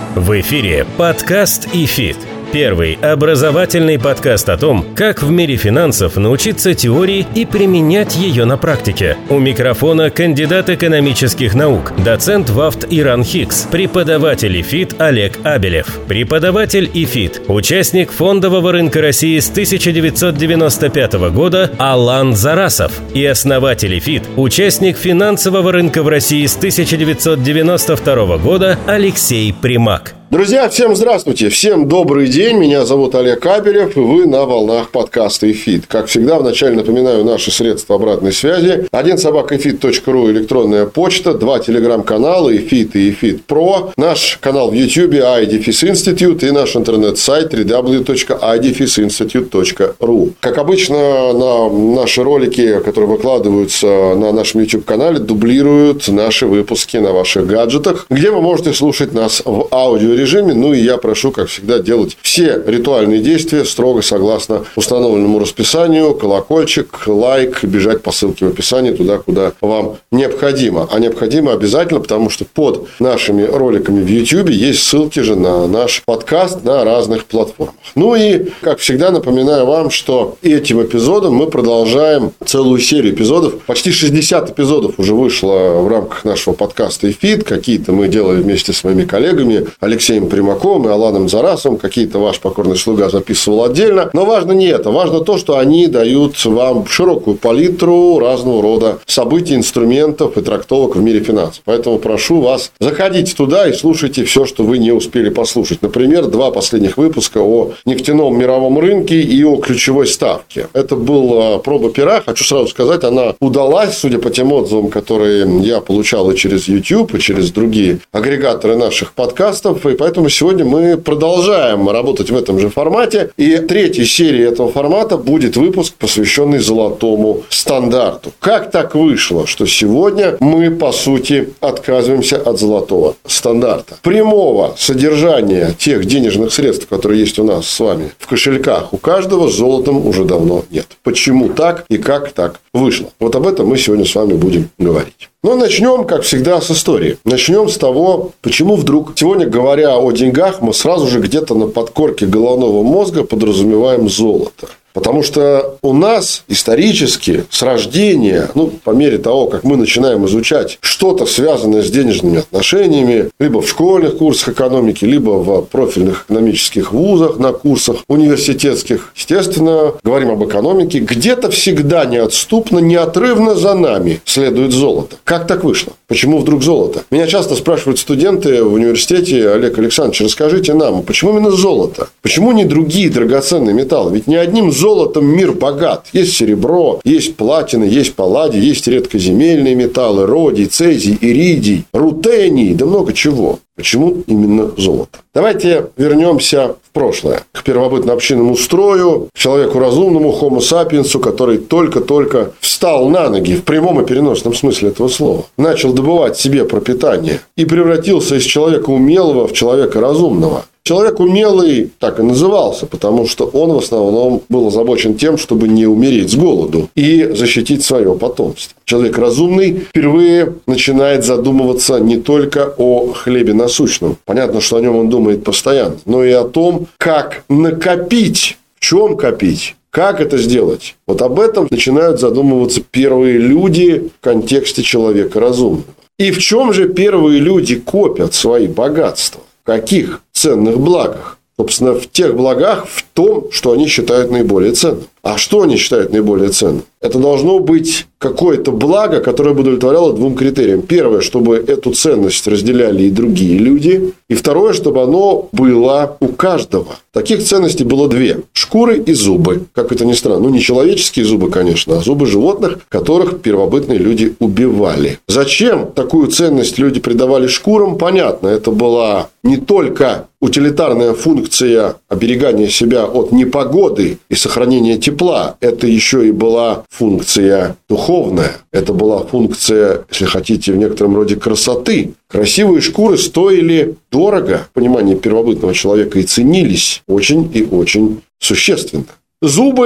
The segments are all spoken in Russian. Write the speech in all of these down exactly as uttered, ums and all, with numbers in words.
В эфире подкаст «ИФИТ». Первый образовательный подкаст о том, как в мире финансов научиться теории и применять ее на практике. У микрофона кандидат экономических наук, доцент ВАФТ Иран Хикс, преподаватель ИФИТ Олег Абелев, преподаватель ИФИТ, участник фондового рынка России с тысяча девятьсот девяносто пятого года Алан Зарасов и основатель ИФИТ, участник финансового рынка в России с тысяча девятьсот девяносто второго года Алексей Примак. Друзья, всем здравствуйте, всем добрый день, меня зовут Олег Абелев, и вы на волнах подкаста «ИФИТ». Как всегда, вначале напоминаю наши средства обратной связи. один собака ифит точка ру электронная почта, два телеграм-канала «ИФИТ» и «ИФИТ Про», наш канал в YouTube ай дефис институт и наш интернет-сайт дабл ю дабл ю дабл ю точка ай дефис институт точка ру. Как обычно, на наши ролики, которые выкладываются на нашем YouTube-канале, дублируют наши выпуски на ваших гаджетах, где вы можете слушать нас в аудиорежиме. режиме. Ну, и я прошу, как всегда, делать все ритуальные действия строго согласно установленному расписанию. Колокольчик, лайк, бежать по ссылке в описании туда, куда вам необходимо. А необходимо обязательно, потому что под нашими роликами в YouTube есть ссылки же на наш подкаст на разных платформах. Ну, и, как всегда, напоминаю вам, что этим эпизодом мы продолжаем целую серию эпизодов. Почти шестьдесят эпизодов уже вышло в рамках нашего подкаста «ИФИТ». Какие-то мы делали вместе с моими коллегами Алексеем Примаком и Аланом Зарасовым. Какие-то ваш покорный слуга записывал отдельно. Но важно не это. Важно то, что они дают вам широкую палитру разного рода событий, инструментов и трактовок в мире финансов. Поэтому прошу вас, заходите туда и слушайте все, что вы не успели послушать. Например, два последних выпуска о нефтяном мировом рынке и о ключевой ставке. Это была проба пера. Хочу сразу сказать, она удалась, судя по тем отзывам, которые я получал и через YouTube, и через другие агрегаторы наших подкастов. И поэтому сегодня мы продолжаем работать в этом же формате. И третьей серией этого формата будет выпуск, посвященный золотому стандарту. Как так вышло, что сегодня мы, по сути, отказываемся от золотого стандарта? Прямого содержания тех денежных средств, которые есть у нас с вами в кошельках, у каждого с золотом уже давно нет. Почему так и как так вышло? Вот об этом мы сегодня с вами будем говорить. Но начнем, как всегда, с истории. Начнем с того, почему вдруг, сегодня говоря о деньгах, мы сразу же где-то на подкорке головного мозга подразумеваем золото. Потому что у нас исторически с рождения, ну, по мере того, как мы начинаем изучать что-то, связанное с денежными отношениями, либо в школьных курсах экономики, либо в профильных экономических вузах, на курсах университетских, естественно, говорим об экономике, где-то всегда неотступно, неотрывно за нами следует золото. Как так вышло? Почему вдруг золото? Меня часто спрашивают студенты в университете: Олег Александрович, расскажите нам, почему именно золото? Почему не другие драгоценные металлы? Ведь не одним золотом мир богат. Есть серебро, есть платина, есть палладий, есть редкоземельные металлы, родий, цезий, иридий, рутений, да много чего. Почему именно золото? Давайте вернемся в прошлое, к первобытно-общинному строю, к человеку разумному, homo sapiens, который только-только встал на ноги, в прямом и переносном смысле этого слова, начал добывать себе пропитание и превратился из человека умелого в человека разумного. Человек умелый так и назывался, потому что он в основном был озабочен тем, чтобы не умереть с голоду и защитить свое потомство. Человек разумный впервые начинает задумываться не только о хлебе насущном. Понятно, что о нем он думает постоянно, но и о том, как накопить, в чем копить. Как это сделать? Вот об этом начинают задумываться первые люди в контексте человека разумного. И в чем же первые люди копят свои богатства? В каких ценных благах? Собственно, в тех благах, в том, что они считают наиболее ценным. А что они считают наиболее ценным? Это должно быть какое-то благо, которое бы удовлетворяло двум критериям. Первое, чтобы эту ценность разделяли и другие люди. И второе, чтобы оно было у каждого. Таких ценностей было две. Шкуры и зубы. Как это ни странно. Ну, не человеческие зубы, конечно, а зубы животных, которых первобытные люди убивали. Зачем такую ценность люди придавали шкурам? Понятно. Это была не только утилитарная функция оберегания себя от непогоды и сохранения тепла. Это еще и была функция духовная. Это была функция, если хотите, в некотором роде красоты. Красивые шкуры стоили дорого в понимании первобытного человека и ценились очень и очень существенно. Зубы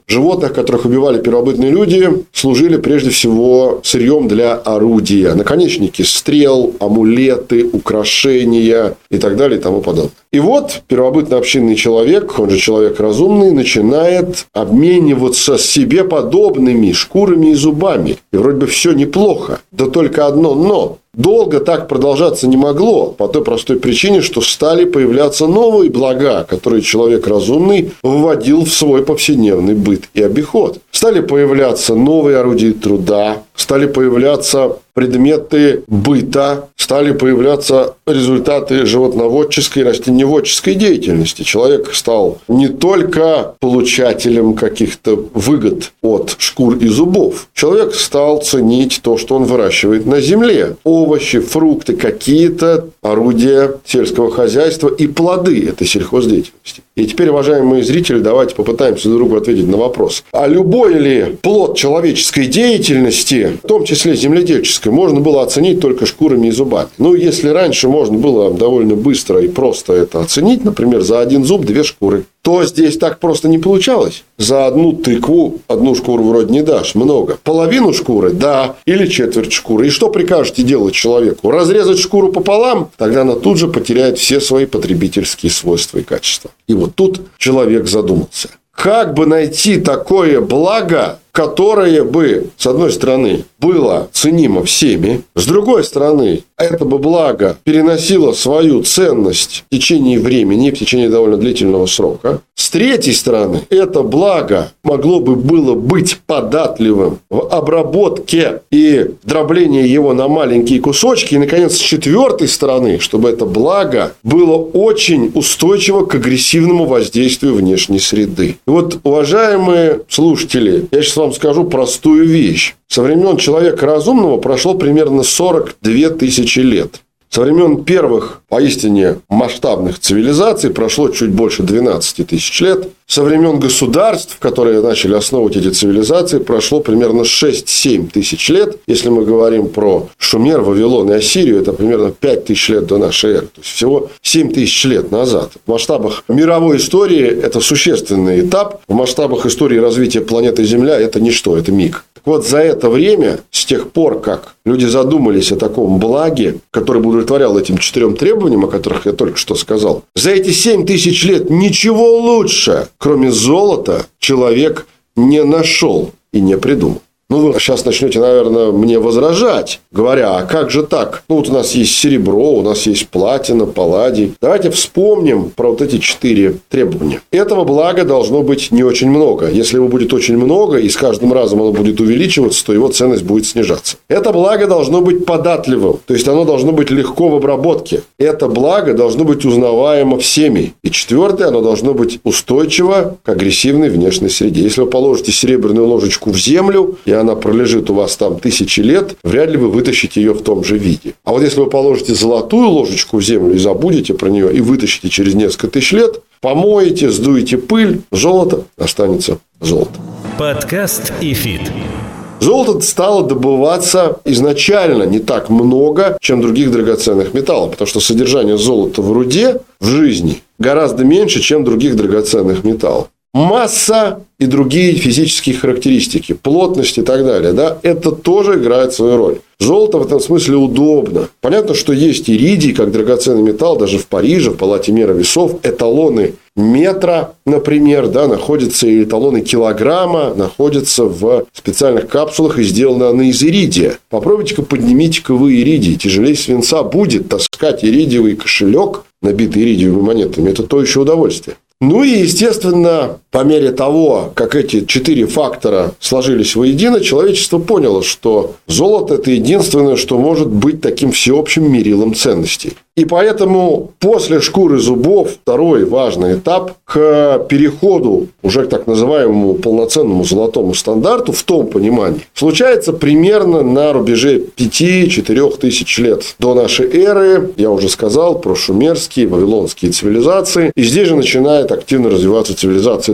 животных, которых убивали первобытные люди, служили прежде всего сырьем для орудия. Наконечники стрел, амулеты, украшения и так далее и тому подобное. И вот первобытный общинный человек, он же человек разумный, начинает обмениваться с себе подобными шкурами и зубами. И вроде бы все неплохо. Да только одно «но». Долго так продолжаться не могло, по той простой причине, что стали появляться новые блага, которые человек разумный вводил в свой повседневный быт и обиход. Стали появляться новые орудия труда, стали появляться предметы быта, стали появляться результаты животноводческой и растениеводческой деятельности. Человек стал не только получателем каких-то выгод от шкур и зубов. Человек стал ценить то, что он выращивает на земле. Овощи, фрукты, какие-то орудия сельского хозяйства и плоды этой сельхоздеятельности. И теперь, уважаемые зрители, давайте попытаемся друг другу ответить на вопрос. А любой ли плод человеческой деятельности, в том числе земледельческой, можно было оценить только шкурами и зубами? Ну, если раньше можно было довольно быстро и просто это оценить, например, за один зуб две шкуры, то здесь так просто не получалось. За одну тыкву одну шкуру вроде не дашь, много. Половину шкуры – да, или четверть шкуры. И что прикажете делать человеку? Разрезать шкуру пополам? Тогда она тут же потеряет все свои потребительские свойства и качества. И вот тут человек задумался. Как бы найти такое благо, которое бы, с одной стороны, было ценимо всеми, с другой стороны, это бы благо переносило свою ценность в течение времени, в течение довольно длительного срока. С третьей стороны, это благо могло бы было быть податливым в обработке и дроблении его на маленькие кусочки. И, наконец, с четвертой стороны, чтобы это благо было очень устойчиво к агрессивному воздействию внешней среды. И вот, уважаемые слушатели, я сейчас вам скажу простую вещь. Со времен человека разумного прошло примерно сорок две тысячи лет. Со времен первых, поистине масштабных цивилизаций прошло чуть больше двенадцать тысяч лет. Со времен государств, которые начали основывать эти цивилизации, прошло примерно шесть-семь тысяч лет. Если мы говорим про Шумер, Вавилон и Ассирию, это примерно пять тысяч лет до нашей эры. То есть всего семь тысяч лет назад. В масштабах мировой истории это существенный этап. В масштабах истории развития планеты Земля это ничто, это миг. Так вот, за это время, с тех пор, как люди задумались о таком благе, которое бы удовлетворяло этим четырем требованиям, о которых я только что сказал, за эти семь тысяч лет ничего лучше, кроме золота, человек не нашел и не придумал. Ну, вы сейчас начнете, наверное, мне возражать, говоря, а как же так? Ну, вот у нас есть серебро, у нас есть платина, палладий. Давайте вспомним про вот эти четыре требования. Этого блага должно быть не очень много. Если его будет очень много, и с каждым разом оно будет увеличиваться, то его ценность будет снижаться. Это благо должно быть податливым, то есть оно должно быть легко в обработке. Это благо должно быть узнаваемо всеми. И четвертое, оно должно быть устойчиво к агрессивной внешней среде. Если вы положите серебряную ложечку в землю, и она пролежит у вас там тысячи лет, вряд ли вы вытащите ее в том же виде. А вот если вы положите золотую ложечку в землю и забудете про нее, и вытащите через несколько тысяч лет, помоете, сдуете пыль, золото останется золотом. Подкаст «ИФИТ». Золото стало добываться изначально не так много, чем других драгоценных металлов, потому что содержание золота в руде в жизни гораздо меньше, чем других драгоценных металлов. Масса и другие физические характеристики, плотность и так далее, да, это тоже играет свою роль. Золото в этом смысле удобно. Понятно, что есть иридий, как драгоценный металл, даже в Париже, в палате меры весов, эталоны метра, например, да, находятся, и эталоны килограмма находятся в специальных капсулах и сделаны они из иридия. Попробуйте-ка поднимите-ка вы иридий, тяжелее свинца будет таскать иридиевый кошелек, набитый иридиевыми монетами, это то еще удовольствие. Ну и, естественно, по мере того, как эти четыре фактора сложились воедино, человечество поняло, что золото – это единственное, что может быть таким всеобщим мерилом ценностей. И поэтому после шкуры зубов второй важный этап к переходу уже к так называемому полноценному золотому стандарту в том понимании случается примерно на рубеже пяти-четырёх тысяч лет до нашей эры. Я уже сказал про шумерские, вавилонские цивилизации. И здесь же начинает активно развиваться цивилизация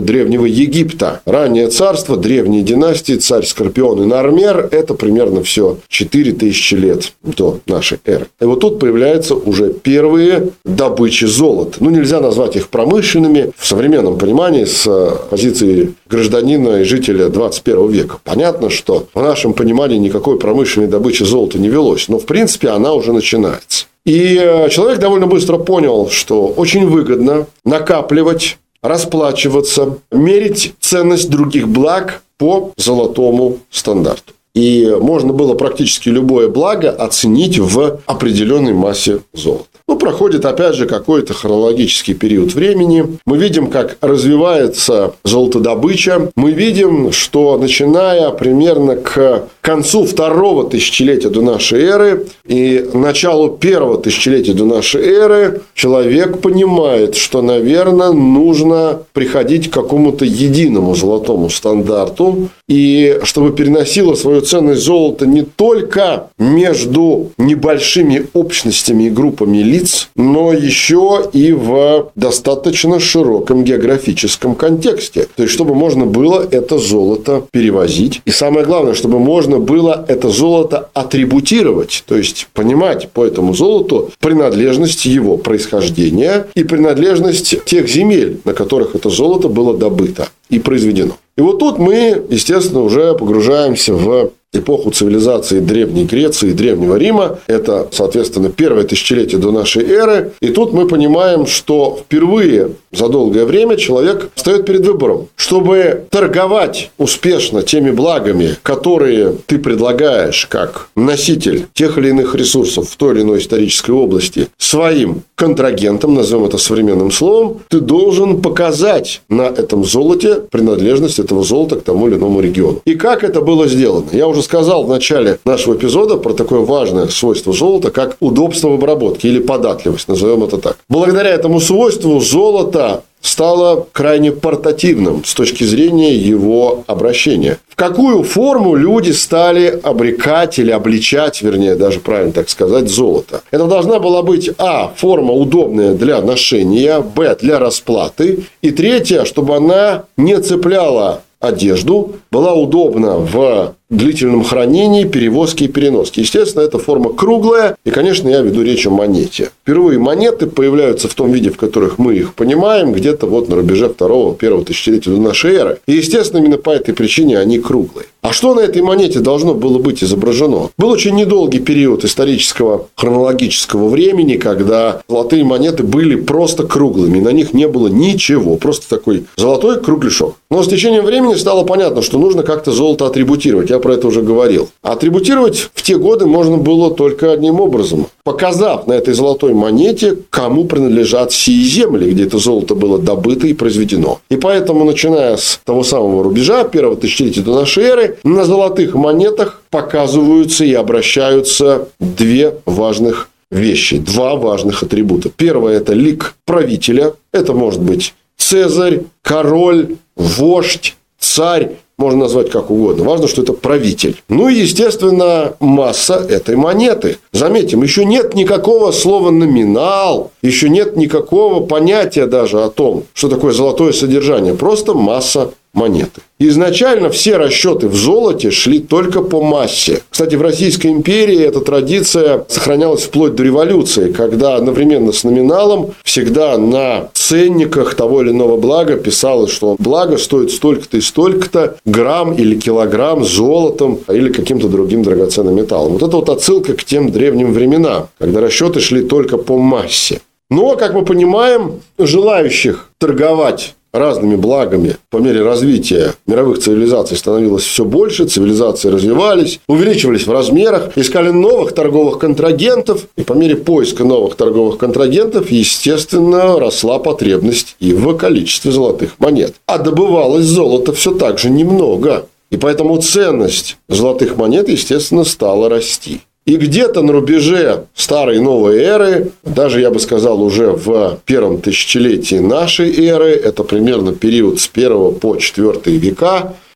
Древнего Египта. Раннее царство, древние династии, царь Скорпион и Нармер – это примерно все четыре тысячи лет до нашей эры. И вот тут появляются уже первые добычи золота. Ну, нельзя назвать их промышленными в современном понимании с позиции гражданина и жителя двадцать первого века. Понятно, что в нашем понимании никакой промышленной добычи золота не велось, но в принципе она уже начинается. И человек довольно быстро понял, что очень выгодно накапливать, расплачиваться, мерить ценность других благ по золотому стандарту. И можно было практически любое благо оценить в определенной массе золота. Ну, проходит, опять же, какой-то хронологический период времени. Мы видим, как развивается золотодобыча. Мы видим, что начиная примерно к концу второго тысячелетия до нашей эры и началу первого тысячелетия до нашей эры человек понимает, что, наверное, нужно приходить к какому-то единому золотому стандарту. И чтобы переносило свою ценность золота не только между небольшими общностями и группами лиц, но еще и в достаточно широком географическом контексте. То есть, чтобы можно было это золото перевозить. И самое главное, чтобы можно было это золото атрибутировать. То есть, понимать по этому золоту принадлежность его происхождения и принадлежность тех земель, на которых это золото было добыто и произведено. И вот тут мы, естественно, уже погружаемся в эпоху цивилизации Древней Греции и Древнего Рима. Это, соответственно, первое тысячелетие до нашей эры. И тут мы понимаем, что впервые за долгое время человек встает перед выбором. Чтобы торговать успешно теми благами, которые ты предлагаешь как носитель тех или иных ресурсов в той или иной исторической области своим контрагентам, назовем это современным словом, ты должен показать на этом золоте принадлежность этого золота к тому или иному региону. И как это было сделано? Я уже сказал в начале нашего эпизода про такое важное свойство золота, как удобство в обработке или податливость, назовем это так. Благодаря этому свойству золото стало крайне портативным с точки зрения его обращения. В какую форму люди стали обрекать или обличать, вернее, даже правильно так сказать, золото? Это должна была быть, а, форма удобная для ношения, б, для расплаты, и третье, чтобы она не цепляла одежду, была удобна в длительном хранении, перевозке и переноске. Естественно, эта форма круглая, и, конечно, я веду речь о монете. Впервые монеты появляются в том виде, в которых мы их понимаем, где-то вот на рубеже второго-первого тысячелетия до нашей эры. И, естественно, именно по этой причине они круглые. А что на этой монете должно было быть изображено? Был очень недолгий период исторического хронологического времени, когда золотые монеты были просто круглыми, на них не было ничего, просто такой золотой кругляшок. Но с течением времени стало понятно, что нужно как-то золото атрибутировать. Я про это уже говорил. А атрибутировать в те годы можно было только одним образом. Показав на этой золотой монете, кому принадлежат сии земли, где это золото было добыто и произведено. И поэтому, начиная с того самого рубежа, первого тысячелетия до нашей эры, на золотых монетах показываются и обращаются две важных вещи, два важных атрибута. Первое – это лик правителя. Это может быть цезарь, король, вождь, царь. Можно назвать как угодно. Важно, что это правитель. Ну и, естественно, масса этой монеты. Заметим, еще нет никакого слова номинал, еще нет никакого понятия даже о том, что такое золотое содержание. Просто масса монеты. Изначально все расчеты в золоте шли только по массе. Кстати, в Российской империи эта традиция сохранялась вплоть до революции, когда одновременно с номиналом всегда на ценниках того или иного блага писалось, что благо стоит столько-то и столько-то грамм или килограмм золотом или каким-то другим драгоценным металлом. Вот это вот отсылка к тем древним временам, когда расчеты шли только по массе. Но, как мы понимаем, желающих торговать разными благами по мере развития мировых цивилизаций становилось все больше, цивилизации развивались, увеличивались в размерах, искали новых торговых контрагентов, и по мере поиска новых торговых контрагентов, естественно, росла потребность и в количестве золотых монет. А добывалось золото все так же немного, и поэтому ценность золотых монет, естественно, стала расти. И где-то на рубеже старой и новой эры, даже, я бы сказал, уже в первом тысячелетии нашей эры, это примерно период с первого по четвёртый века,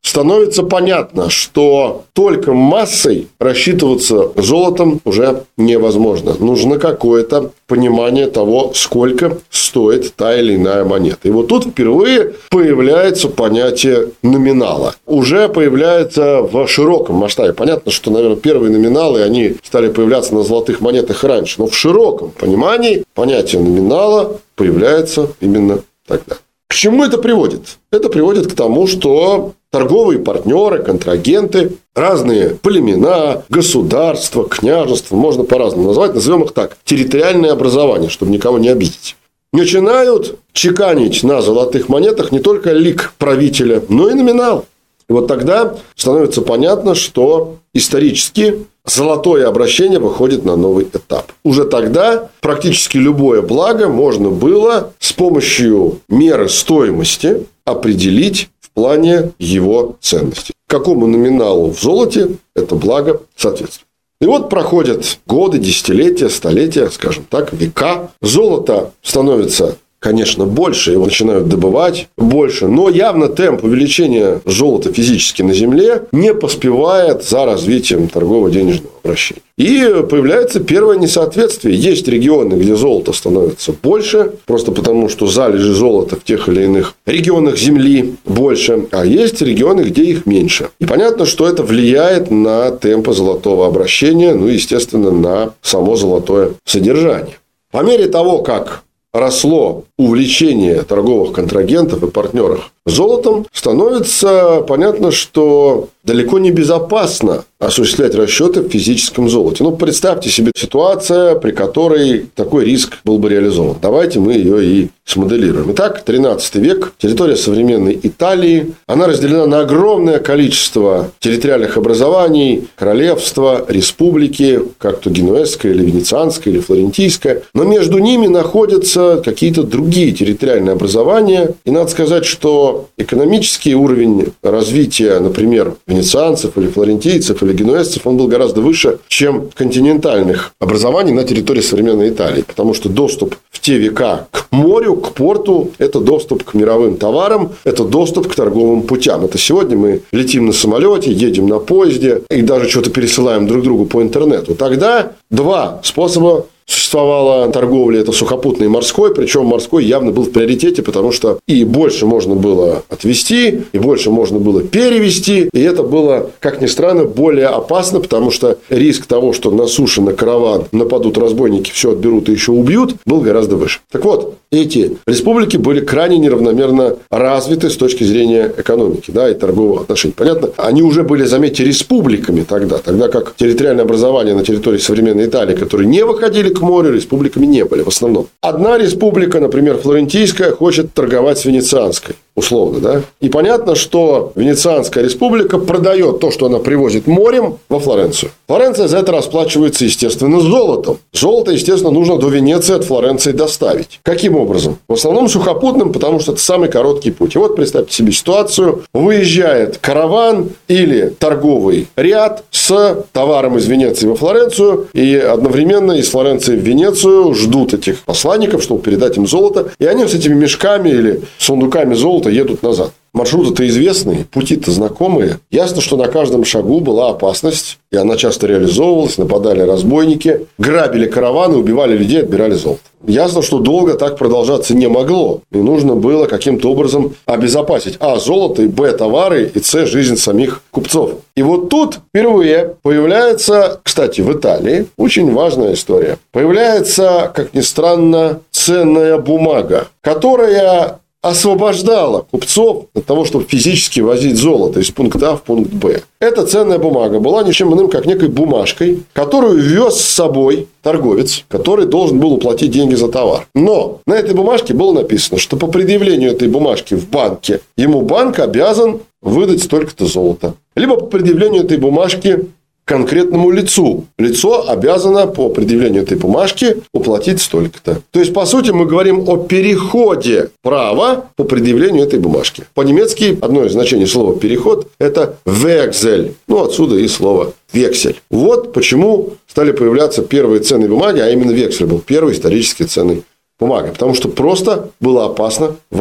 становится понятно, что только массой рассчитываться золотом уже невозможно. Нужно какое-то понимание того, сколько стоит та или иная монета. И вот тут впервые появляется понятие номинала. Уже появляется в широком масштабе. Понятно, что, наверное, первые номиналы, они стали появляться на золотых монетах раньше. Но в широком понимании понятие номинала появляется именно тогда. К чему это приводит? Это приводит к тому, что торговые партнеры, контрагенты, разные племена, государства, княжества, можно по-разному назвать, назовем их так, территориальное образование, чтобы никого не обидеть, начинают чеканить на золотых монетах не только лик правителя, но и номинал. И вот тогда становится понятно, что исторически золотое обращение выходит на новый этап. Уже тогда практически любое благо можно было с помощью меры стоимости определить в плане его ценности. К какому номиналу в золоте это благо соответствует. И вот проходят годы, десятилетия, столетия, скажем так, века. Золото становится, конечно, больше, его начинают добывать больше, но явно темп увеличения золота физически на Земле не поспевает за развитием торгово-денежного обращения. И появляется первое несоответствие. Есть регионы, где золото становится больше, просто потому, что залежи золота в тех или иных регионах Земли больше, а есть регионы, где их меньше. И понятно, что это влияет на темпы золотого обращения, ну и, естественно, на само золотое содержание. По мере того, как росло увлечение торговых контрагентов и партнеров золотом, становится понятно, что далеко не безопасно осуществлять расчеты в физическом золоте. Ну, представьте себе ситуацию, при которой такой риск был бы реализован. Давайте мы ее и смоделируем. Итак, тринадцатый век, территория современной Италии. Она разделена на огромное количество территориальных образований, королевства, республики, как то генуэзское, или венецианское, или флорентийское. Но между ними находятся какие-то другие территориальные образования. И надо сказать, что экономический уровень развития, например, венецианцев или флорентийцев или генуэзцев, он был гораздо выше, чем континентальных образований на территории современной Италии. Потому что доступ в те века к морю, к порту – это доступ к мировым товарам, это доступ к торговым путям. Это сегодня мы летим на самолете, едем на поезде и даже что-то пересылаем друг другу по интернету. Тогда два способа существовала торговля, это сухопутный и морской, причем морской явно был в приоритете, потому что и больше можно было отвезти, и больше можно было перевезти, и это было, как ни странно, более опасно, потому что риск того, что на суше на караван нападут разбойники, все отберут и еще убьют, был гораздо выше. Так вот, эти республики были крайне неравномерно развиты с точки зрения экономики, да, и торговых отношений. Понятно? Они уже были, заметьте, республиками тогда, тогда как территориальное образование на территории современной Италии, которые не выходили к морю, республиками не были в основном. Одна республика, например, флорентийская, хочет торговать с венецианской. Условно, да? И понятно, что Венецианская республика продает то, что она привозит морем, во Флоренцию. Флоренция за это расплачивается, естественно, золотом. Золото, естественно, нужно до Венеции от Флоренции доставить. Каким образом? В основном сухопутным, потому что это самый короткий путь. И вот представьте себе ситуацию. Выезжает караван или торговый ряд с товаром из Венеции во Флоренцию. И одновременно из Флоренции в Венецию ждут этих посланников, чтобы передать им золото. И они с этими мешками или сундуками золота едут назад. Маршруты-то известные, пути-то знакомые. Ясно, что на каждом шагу была опасность, и она часто реализовывалась. Нападали разбойники, грабили караваны, убивали людей, отбирали золото. Ясно, что долго так продолжаться не могло. И нужно было каким-то образом обезопасить а. золото, и б. товары, и с. жизнь самих купцов. И вот тут впервые появляется, кстати, в Италии, очень важная история. Появляется, как ни странно, ценная бумага, которая освобождала купцов от того, чтобы физически возить золото из пункта А в пункт Б. Эта ценная бумага была ничем иным, как некой бумажкой, которую вез с собой торговец, который должен был уплатить деньги за товар. Но на этой бумажке было написано, что по предъявлению этой бумажки в банке ему банк обязан выдать столько-то золота. Либо по предъявлению этой бумажки конкретному лицу. Лицо обязано по предъявлению этой бумажки уплатить столько-то. То есть, по сути, мы говорим о переходе права по предъявлению этой бумажки. По-немецки одно из значений слова «переход» – это «вексель». Ну, отсюда и слово «вексель». Вот почему стали появляться первые ценные бумаги, а именно вексель был первый исторически ценный бумага. Потому что просто было опасно возить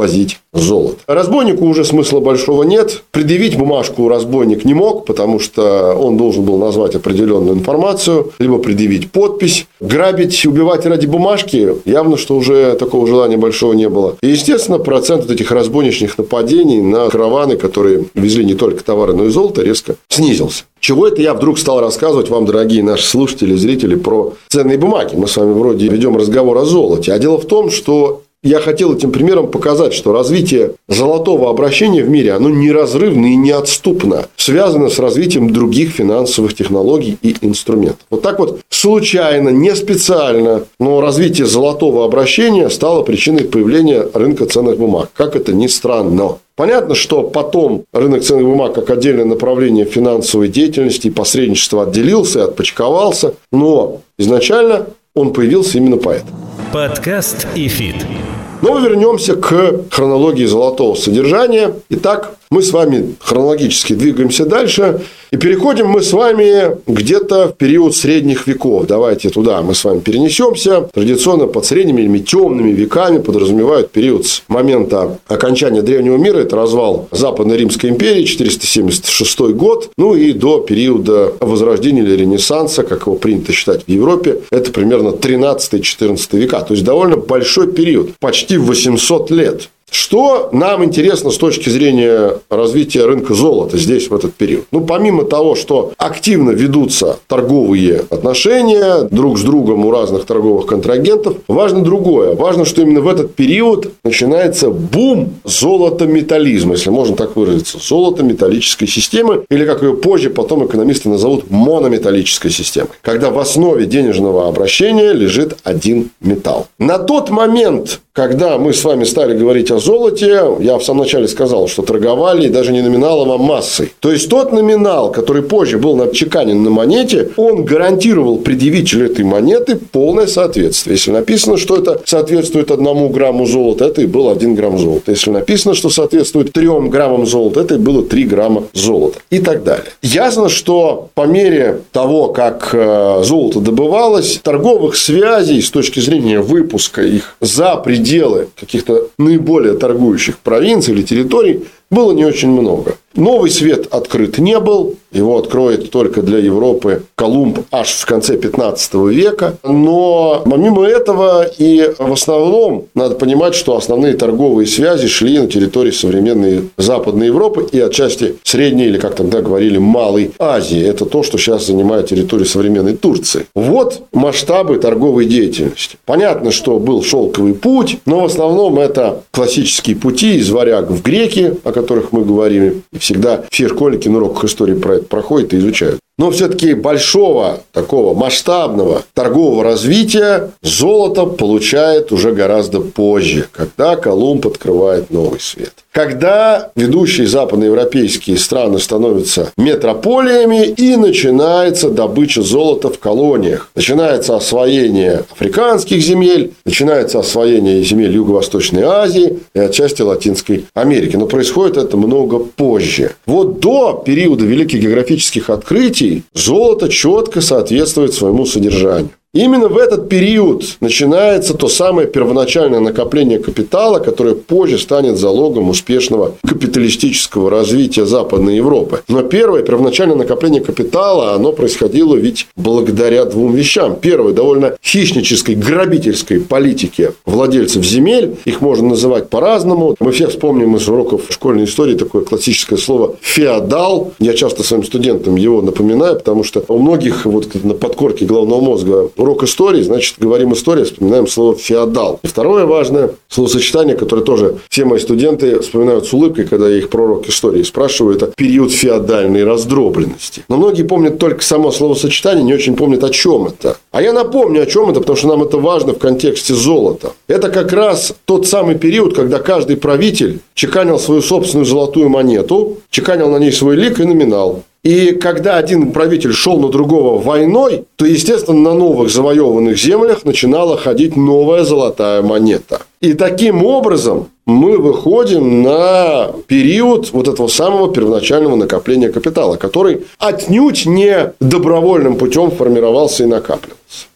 золото. Разбойнику уже смысла большого нет. Предъявить бумажку разбойник не мог, потому что он должен был назвать определенную информацию, либо предъявить подпись. Грабить, убивать ради бумажки явно, что уже такого желания большого не было. И, естественно, процент вот этих разбойничных нападений на караваны, которые везли не только товары, но и золото, резко снизился. Чего это я вдруг стал рассказывать вам, дорогие наши слушатели, зрители, про ценные бумаги? Мы с вами вроде ведем разговор о золоте. А дело в том, что я хотел этим примером показать, что развитие золотого обращения в мире, оно неразрывно и неотступно связано с развитием других финансовых технологий и инструментов. Вот так вот случайно, не специально, но развитие золотого обращения стало причиной появления рынка ценных бумаг. Как это ни странно. Понятно, что потом рынок ценных бумаг как отдельное направление финансовой деятельности и посредничества отделился и отпочковался, но изначально он появился именно поэтому. Подкаст «ИФИТ». Но мы вернемся к хронологии золотого содержания. Итак, мы с вами хронологически двигаемся дальше. И переходим мы с вами где-то в период средних веков. Давайте туда мы с вами перенесемся. Традиционно под средними или темными веками подразумевают период с момента окончания Древнего мира. Это развал Западной Римской империи, четыреста семьдесят шестой год. Ну и до периода Возрождения или Ренессанса, как его принято считать в Европе. Это примерно тринадцатый-четырнадцатый века. То есть довольно большой период. Почти восемьсот лет. Что нам интересно с точки зрения развития рынка золота здесь в этот период? Ну, помимо того, что активно ведутся торговые отношения друг с другом у разных торговых контрагентов, важно другое. Важно, что именно в этот период начинается бум золотометаллизма, если можно так выразиться. Золотометаллической системы, или, как ее позже потом экономисты назовут, монометаллической системой. Когда в основе денежного обращения лежит один металл. На тот момент, когда мы с вами стали говорить о золоте, я в самом начале сказал, что торговали даже не номиналом, а массой. То есть тот номинал, который позже был начеканен на монете, он гарантировал предъявителю этой монеты полное соответствие. Если написано, что это соответствует одному грамму золота, это и был один грамм золота. Если написано, что соответствует трем граммам золота, это и было три грамма золота. И так далее. Ясно, что по мере того, как золото добывалось, торговых связей с точки зрения выпуска их за пределы каких-то наиболее торгующих провинций или территорий было не очень много. Новый свет открыт не был. Его откроет только для Европы Колумб аж в конце пятнадцатого века. Но помимо этого и в основном надо понимать, что основные торговые связи шли на территории современной Западной Европы и отчасти Средней, или как тогда говорили, Малой Азии. Это то, что сейчас занимает территорию современной Турции. Вот масштабы торговой деятельности. Понятно, что был шелковый путь, но в основном это классические пути из варяг в греки, о которых мы говорим. И всегда все школьники на уроках истории про это проходят и изучают. Но все-таки большого, такого масштабного торгового развития золото получает уже гораздо позже, когда Колумб открывает новый свет. Когда ведущие западноевропейские страны становятся метрополиями и начинается добыча золота в колониях. Начинается освоение африканских земель, начинается освоение земель Юго-Восточной Азии и отчасти Латинской Америки. Но происходит это много позже. Вот до периода великих географических открытий золото четко соответствует своему содержанию. Именно в этот период начинается то самое первоначальное накопление капитала, которое позже станет залогом успешного капиталистического развития Западной Европы. Но первое первоначальное накопление капитала, оно происходило ведь благодаря двум вещам. Первое, довольно хищнической, грабительской политике владельцев земель. Их можно называть по-разному. Мы все вспомним из уроков школьной истории такое классическое слово «феодал». Я часто своим студентам его напоминаю, потому что у многих вот на подкорке головного мозга урок истории, значит, говорим история, вспоминаем слово «феодал». И второе важное словосочетание, которое тоже все мои студенты вспоминают с улыбкой, когда я их про урок истории спрашиваю, это период феодальной раздробленности. Но многие помнят только само словосочетание, не очень помнят, о чем это. А я напомню, о чем это, потому что нам это важно в контексте золота. Это как раз тот самый период, когда каждый правитель чеканил свою собственную золотую монету, чеканил на ней свой лик и номинал. И когда один правитель шел на другого войной, то, естественно, на новых завоеванных землях начинала ходить новая золотая монета. И таким образом мы выходим на период вот этого самого первоначального накопления капитала, который отнюдь не добровольным путем формировался и накапливался.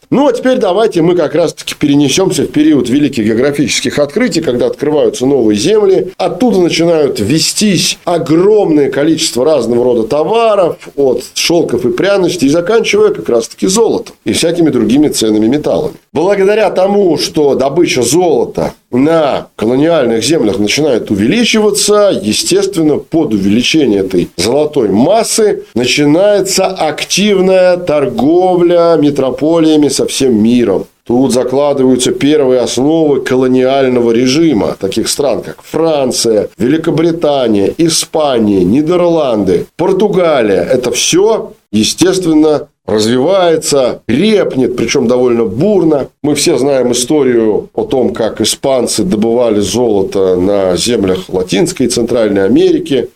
Ну, а теперь давайте мы как раз-таки перенесемся в период великих географических открытий, когда открываются новые земли. Оттуда начинают везтись огромное количество разного рода товаров, от шелков и пряностей, и заканчивая как раз-таки золотом и всякими другими ценными металлами. Благодаря тому, что добыча золота на колониальных землях начинает увеличиваться, естественно, под увеличение этой золотой массы начинается активная торговля метрополиями со всем миром. Тут закладываются первые основы колониального режима таких стран, как Франция, Великобритания, Испания, Нидерланды, Португалия. Это все, естественно, развивается, крепнет, причем довольно бурно. Мы все знаем историю о том, как испанцы добывали золото на землях Латинской и Центральной Америки.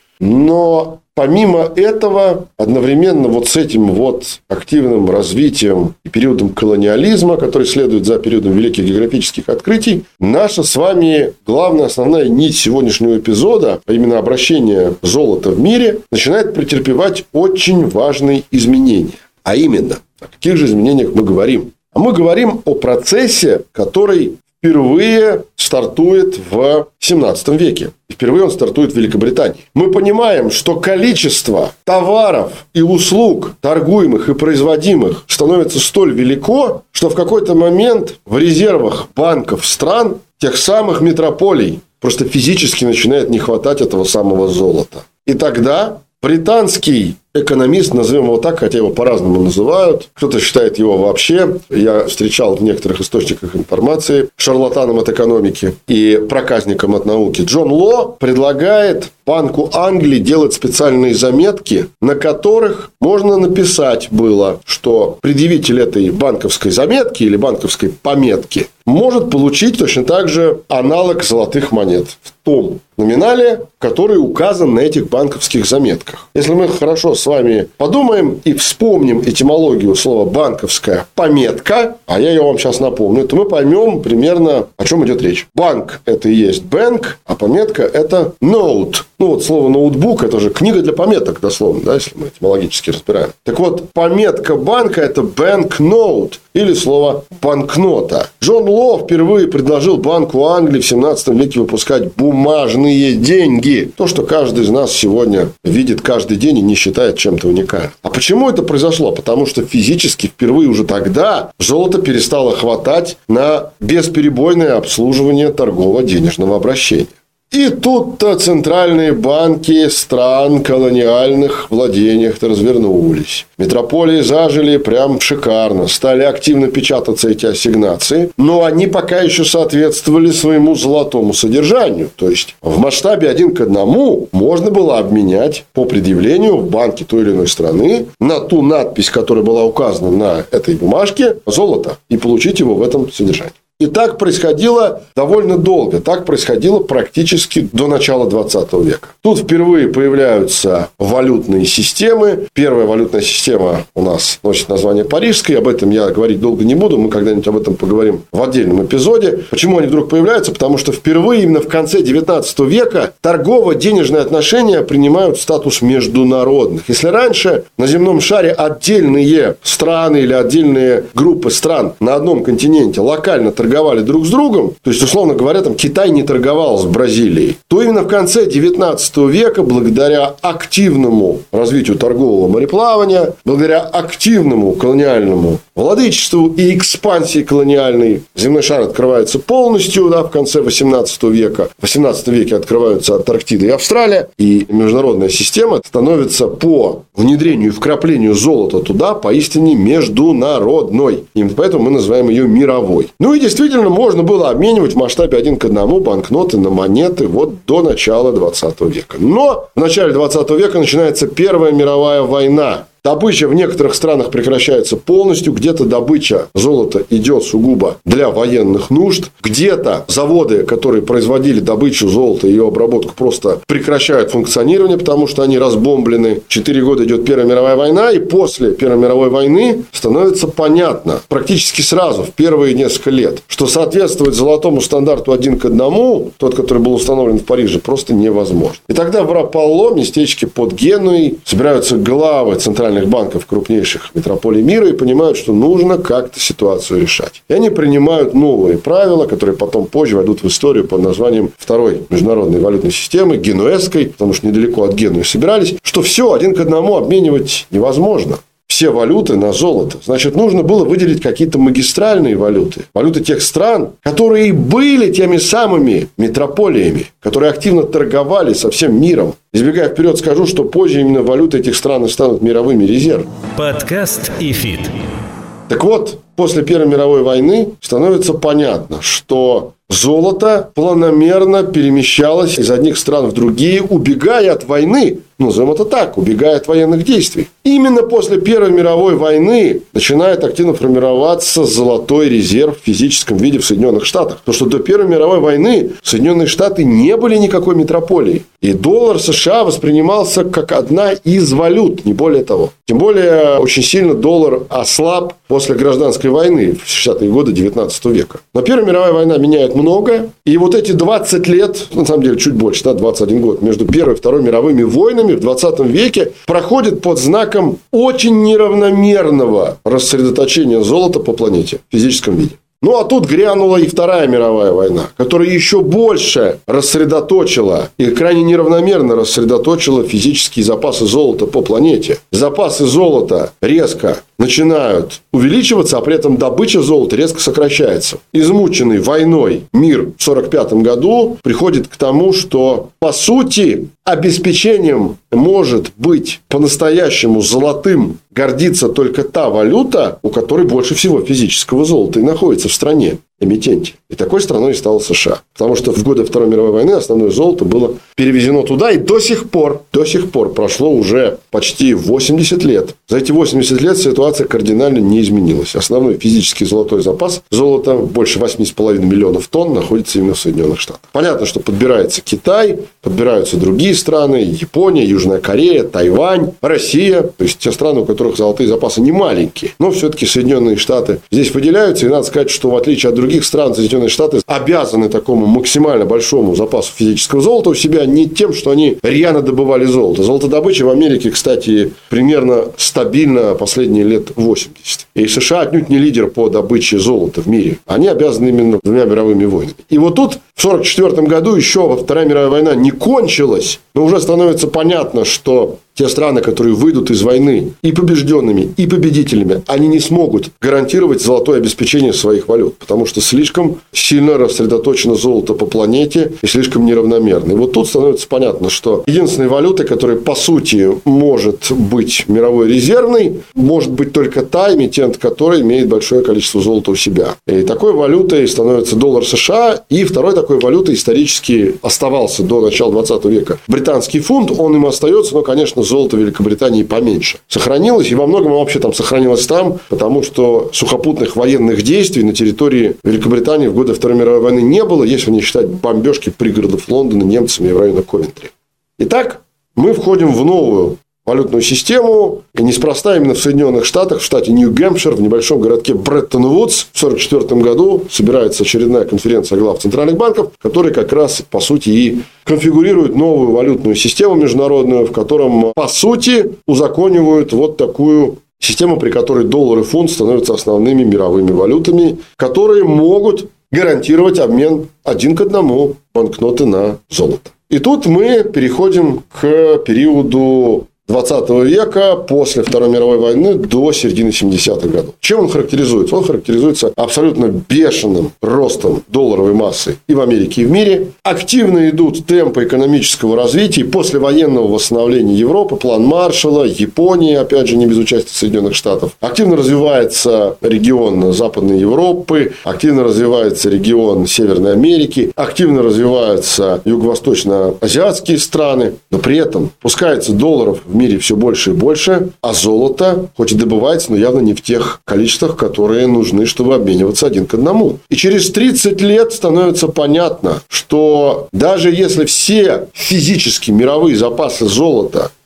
Но помимо этого, одновременно вот с этим вот активным развитием и периодом колониализма, который следует за периодом великих географических открытий, наша с вами главная основная нить сегодняшнего эпизода, а именно обращение золота в мире, начинает претерпевать очень важные изменения. А именно, о каких же изменениях мы говорим? А мы говорим о процессе, который впервые стартует в семнадцатом веке. И впервые он стартует в Великобритании. Мы понимаем, что количество товаров и услуг, торгуемых и производимых, становится столь велико, что в какой-то момент в резервах банков стран, тех самых метрополий, просто физически начинает не хватать этого самого золота. И тогда британский экономист, назовем его так, хотя его по-разному называют. Кто-то считает его вообще, я встречал в некоторых источниках информации, шарлатаном от экономики и проказником от науки. Джон Ло предлагает Банку Англии делать специальные заметки, на которых можно написать было, что предъявитель этой банковской заметки или банковской пометки может получить точно так же аналог золотых монет в том номинале, который указан на этих банковских заметках. Если мы хорошо с вами подумаем и вспомним этимологию слова «банковская пометка», а я ее вам сейчас напомню, то мы поймем примерно, о чем идет речь. Банк – это и есть bank, а пометка – это note. Ну, вот слово ноутбук – это же книга для пометок, дословно, да, если мы этимологически разбираем. Так вот, пометка банка – это banknote, или слово банкнота. Джон Ло впервые предложил Банку Англии в семнадцатом веке выпускать бумажные деньги. То, что каждый из нас сегодня видит каждый день и не считает чем-то уникальным. А почему это произошло? Потому что физически впервые уже тогда золото перестало хватать на бесперебойное обслуживание торгово-денежного обращения. И тут-то центральные банки стран колониальных владениях-то развернулись. Метрополии зажили прям шикарно. Стали активно печататься эти ассигнации. Но они пока еще соответствовали своему золотому содержанию. То есть, в масштабе один к одному можно было обменять по предъявлению в банке той или иной страны на ту надпись, которая была указана на этой бумажке, золото. И получить его в этом содержании. И так происходило довольно долго. Так происходило практически до начала двадцатого века. Тут впервые появляются валютные системы. Первая валютная система у нас носит название Парижской. Об этом я говорить долго не буду. Мы когда-нибудь об этом поговорим в отдельном эпизоде. Почему они вдруг появляются? Потому что впервые именно в конце девятнадцатого века торгово-денежные отношения принимают статус международных. Если раньше на земном шаре отдельные страны или отдельные группы стран на одном континенте локально торговали торговали друг с другом, то есть, условно говоря, там Китай не торговал с Бразилией, то именно в конце девятнадцатого века, благодаря активному развитию торгового мореплавания, благодаря активному колониальному владычеству и экспансии колониальной, земной шар открывается полностью, да, в конце восемнадцатого века. В восемнадцатом веке открываются Антарктида и Австралия, и международная система становится по внедрению и вкраплению золота туда поистине международной. Именно поэтому мы называем ее мировой. Ну и действительно, Действительно, можно было обменивать в масштабе один к одному банкноты на монеты вот до начала двадцатого века. Но в начале двадцатого века начинается Первая мировая война. Добыча в некоторых странах прекращается полностью. Где-то добыча золота идет сугубо для военных нужд. Где-то заводы, которые производили добычу золота и ее обработку, просто прекращают функционирование, потому что они разбомблены. Четыре года идет Первая мировая война. И после Первой мировой войны становится понятно, практически сразу, в первые несколько лет, что соответствовать золотому стандарту один к одному, тот, который был установлен в Париже, просто невозможно. И тогда в Рапалло, местечке под Генуей, собираются главы центральных центральных банков крупнейших метрополий мира и понимают, что нужно как-то ситуацию решать. И они принимают новые правила, которые потом позже войдут в историю под названием второй международной валютной системы, генуэзской, потому что недалеко от Генуи собирались, что все один к одному обменивать невозможно. Все валюты на золото. Значит, нужно было выделить какие-то магистральные валюты. Валюты тех стран, которые были теми самыми метрополиями, которые активно торговали со всем миром. Избегая вперед, скажу, что позже именно валюты этих стран станут мировыми резервами. Подкаст ИФИТ. Так вот, после Первой мировой войны становится понятно, что золото планомерно перемещалось из одних стран в другие, убегая от войны, назовем это так, убегая от военных действий. Именно после Первой мировой войны начинает активно формироваться золотой резерв в физическом виде в Соединенных Штатах. Потому что до Первой мировой войны Соединенные Штаты не были никакой метрополией. И доллар США воспринимался как одна из валют, не более того. Тем более, очень сильно доллар ослаб после гражданской войны в шестидесятые годы девятнадцатого века. Но Первая мировая война меняет многое. И вот эти двадцать лет, на самом деле чуть больше, да, двадцать один год, между Первой и Второй мировыми войнами в двадцатом веке проходит под знаком очень неравномерного рассредоточения золота по планете в физическом виде. Ну, а тут грянула и Вторая мировая война, которая еще больше рассредоточила и крайне неравномерно рассредоточила физические запасы золота по планете. Запасы золота резко начинают увеличиваться, а при этом добыча золота резко сокращается. Измученный войной мир в сорок пятом году приходит к тому, что, по сути, обеспечением может быть по-настоящему золотым гордиться только та валюта, у которой больше всего физического золота и находится в стране, эмитенте. И такой страной стала США. Потому что в годы Второй мировой войны основное золото было перевезено туда. И до сих пор, до сих пор прошло уже почти восемьдесят лет. За эти восемьдесят лет ситуация кардинально не изменилась. Основной физический золотой запас золота, больше восемь с половиной миллионов тонн, находится именно в Соединенных Штатах. Понятно, что подбирается Китай, подбираются другие страны, Япония, Южная Корея, Тайвань, Россия. То есть, те страны, у которых золотые запасы не маленькие. Но все-таки Соединенные Штаты здесь выделяются. И надо сказать, что в отличие от других стран, Соединенные Штаты обязаны такому максимально большому запасу физического золота у себя не тем, что они рьяно добывали золото. Золотодобыча в Америке, кстати, примерно стабильно последние лет восемьдесят. И США отнюдь не лидер по добыче золота в мире. Они обязаны именно двумя мировыми войнами. И вот тут в сорок четвёртом году еще Вторая мировая война не кончилась, но уже становится понятно, что те страны, которые выйдут из войны и побежденными, и победителями, они не смогут гарантировать золотое обеспечение своих валют, потому что слишком сильно рассредоточено золото по планете и слишком неравномерно. И вот тут становится понятно, что единственной валютой, которая по сути может быть мировой резервной, может быть только та, эмитент которой имеет большое количество золота у себя. И такой валютой становится доллар США, и второй такой валютой исторически оставался до начала двадцатого века британский фунт, он им остается, но, конечно, золото в Великобритании поменьше сохранилось, и во многом вообще там сохранилось там, потому что сухопутных военных действий на территории Великобритании в годы Второй мировой войны не было, если не считать бомбежки пригородов Лондона немцами в районе Ковентри. Итак, мы входим в новую валютную систему, и неспроста именно в Соединенных Штатах, в штате Нью-Гэмпшир, в небольшом городке Бреттон-Вудс в сорок четвёртом году собирается очередная конференция глав центральных банков, которые как раз, по сути, и конфигурируют новую валютную систему международную, в котором, по сути, узаконивают вот такую систему, при которой доллар и фунт становятся основными мировыми валютами, которые могут гарантировать обмен один к одному банкноты на золото. И тут мы переходим к периоду двадцатого века, после Второй мировой войны до середины семидесятых годов. Чем он характеризуется? Он характеризуется абсолютно бешеным ростом долларовой массы и в Америке, и в мире. Активно идут темпы экономического развития. После военного восстановления Европы, план Маршалла, Японии, опять же, не без участия Соединенных Штатов. Активно развивается регион Западной Европы, активно развивается регион Северной Америки, активно развиваются юго-восточно-азиатские страны. Но при этом пускается долларов в мире все больше и больше, а золото, хоть и добывается, но явно не в тех количествах, которые нужны, чтобы обмениваться один к одному. И через тридцать лет становится понятно, что даже если все физические мировые запасы золота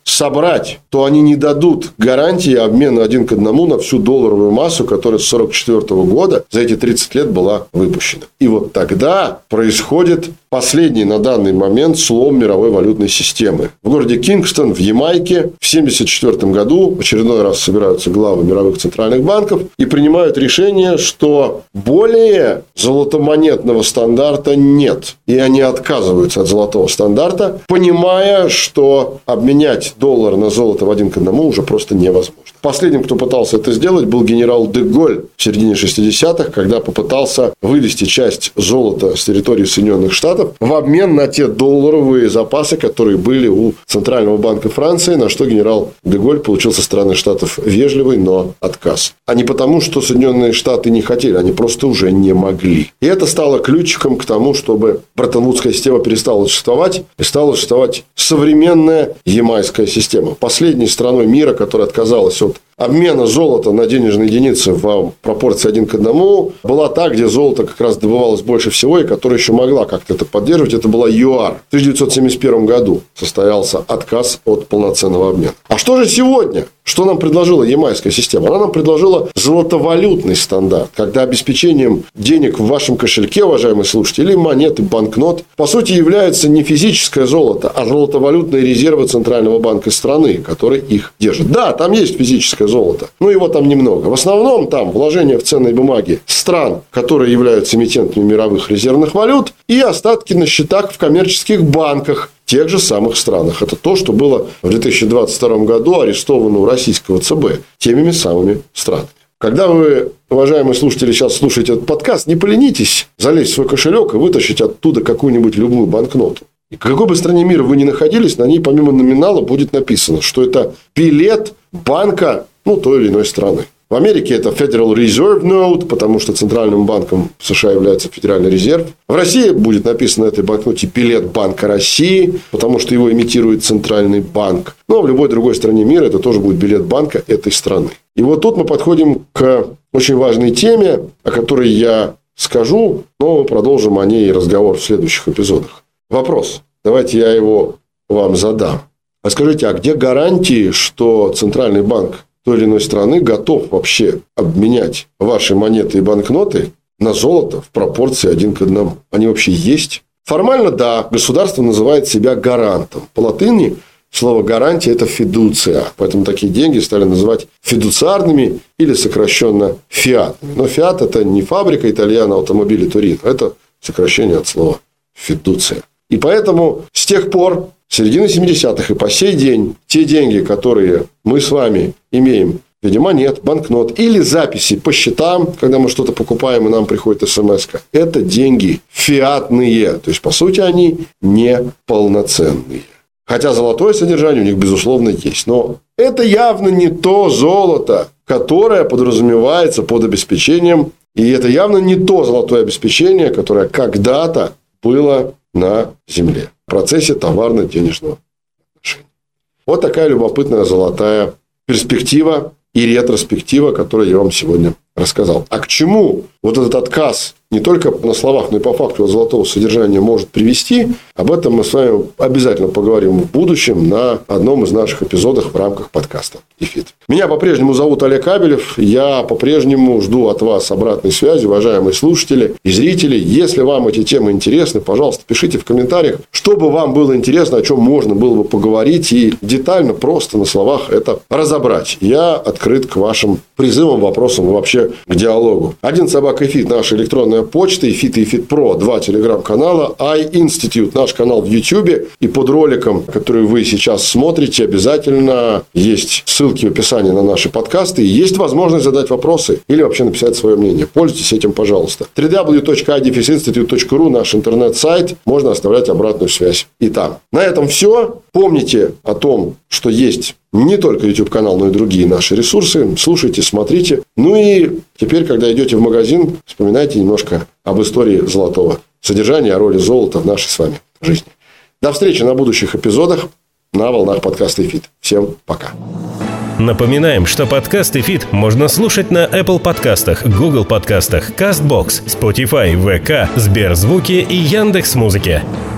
собрать, то они не дадут гарантии обмена один к одному на всю долларовую массу, которая с сорок четвёртого года за эти тридцать лет была выпущена. И вот тогда происходит последний на данный момент слом мировой валютной системы. В городе Кингстон, в Ямайке, в семьдесят четвёртом году в очередной раз собираются главы мировых центральных банков и принимают решение, что более золотомонетного стандарта нет. И они отказываются от золотого стандарта, понимая, что обменять доллар на золото в один к одному уже просто невозможно. Последним, кто пытался это сделать, был генерал де Голь в середине шестидесятых, когда попытался вывести часть золота с территории Соединенных Штатов в обмен на те долларовые запасы, которые были у Центрального банка Франции, на что генерал де Голь получил со стороны Штатов вежливый, но отказ. А не потому, что Соединенные Штаты не хотели, они просто уже не могли. И это стало ключиком к тому, чтобы Бреттон-Вудская система перестала существовать, и стала существовать современная ямайская система. Последней страной мира, которая отказалась от обмена золота на денежные единицы в пропорции один к одному, была та, где золото как раз добывалось больше всего, и которая еще могла как-то это поддерживать. Это была ЮАР. В тысяча девятьсот семьдесят первом году состоялся отказ от полноценного обмена. А что же сегодня? Что нам предложила ямайская система? Она нам предложила золотовалютный стандарт, когда обеспечением денег в вашем кошельке, уважаемые слушатели, или монеты, банкнот, по сути, является не физическое золото, а золотовалютные резервы Центрального банка страны, который их держит. Да, там есть физическое золото, но его там немного. В основном там вложения в ценные бумаги стран, которые являются эмитентами мировых резервных валют, и остатки на счетах в коммерческих банках в тех же самых странах. Это то, что было в две тысячи двадцать втором году арестовано у российского ЦБ теми самыми странами. Когда вы, уважаемые слушатели, сейчас слушаете этот подкаст, не поленитесь залезть в свой кошелек и вытащить оттуда какую-нибудь любую банкноту. И в какой бы стране мира вы ни находились, на ней помимо номинала будет написано, что это билет банка, ну, той или иной страны. В Америке это Federal Reserve Note, потому что Центральным банком США является Федеральный резерв. В России будет написано на этой банкноте билет Банка России, потому что его имитирует Центральный банк. Но в любой другой стране мира это тоже будет билет банка этой страны. И вот тут мы подходим к очень важной теме, о которой я скажу, но мы продолжим о ней разговор в следующих эпизодах. Вопрос. Давайте я его вам задам. А скажите, а где гарантии, что Центральный банк той или иной страны готов вообще обменять ваши монеты и банкноты на золото в пропорции один к одному? Они вообще есть? Формально, да, государство называет себя гарантом. По латыни слово гарантия – это фидуция. Поэтому такие деньги стали называть фидуциарными или сокращенно фиатными. Но фиат – это не фабрика итальяна автомобилей Турино. Это сокращение от слова фидуция. И поэтому с тех пор, с середины семидесятых и по сей день, те деньги, которые мы с вами имеем в виде монет, банкнот или записи по счетам, когда мы что-то покупаем и нам приходит смс-ка, это деньги фиатные. То есть, по сути, они неполноценные. Хотя золотое содержание у них, безусловно, есть. Но это явно не то золото, которое подразумевается под обеспечением. И это явно не то золотое обеспечение, которое когда-то было на земле в процессе товарно-денежного отношения. Вот такая любопытная золотая перспектива и ретроспектива, которую я вам сегодня рассказал. А к чему вот этот отказ не только на словах, но и по факту от золотого содержания может привести, об этом мы с вами обязательно поговорим в будущем на одном из наших эпизодов в рамках подкаста «Эфит». Меня по-прежнему зовут Олег Кабелев. Я по-прежнему жду от вас обратной связи, уважаемые слушатели и зрители. Если вам эти темы интересны, пожалуйста, пишите в комментариях, что бы вам было интересно, о чем можно было бы поговорить и детально, просто на словах это разобрать. Я открыт к вашим призывам, вопросам и вообще к диалогу. Один собака Эфит, наша электронная почта, Эфит и Эфит Про, два телеграм-канала, iInstitute, наш канал в YouTube. И под роликом, который вы сейчас смотрите, обязательно есть ссылки в описании на наши подкасты. И есть возможность задать вопросы или вообще написать свое мнение. Пользуйтесь этим, пожалуйста. дабл ю дабл ю дабл ю точка ай дефис институт точка ру наш интернет-сайт. Можно оставлять обратную связь и там. На этом все. Помните о том, что есть не только YouTube-канал, но и другие наши ресурсы. Слушайте, смотрите. Ну и теперь, когда идете в магазин, вспоминайте немножко об истории золотого содержания, о роли золота в нашей с вами жизни. До встречи на будущих эпизодах на волнах подкаста «Эфит». Всем пока. Напоминаем, что подкаст «Эфит» можно слушать на Apple подкастах, Google подкастах, CastBox, Spotify, ВК, Сберзвуке и Яндекс.Музыке.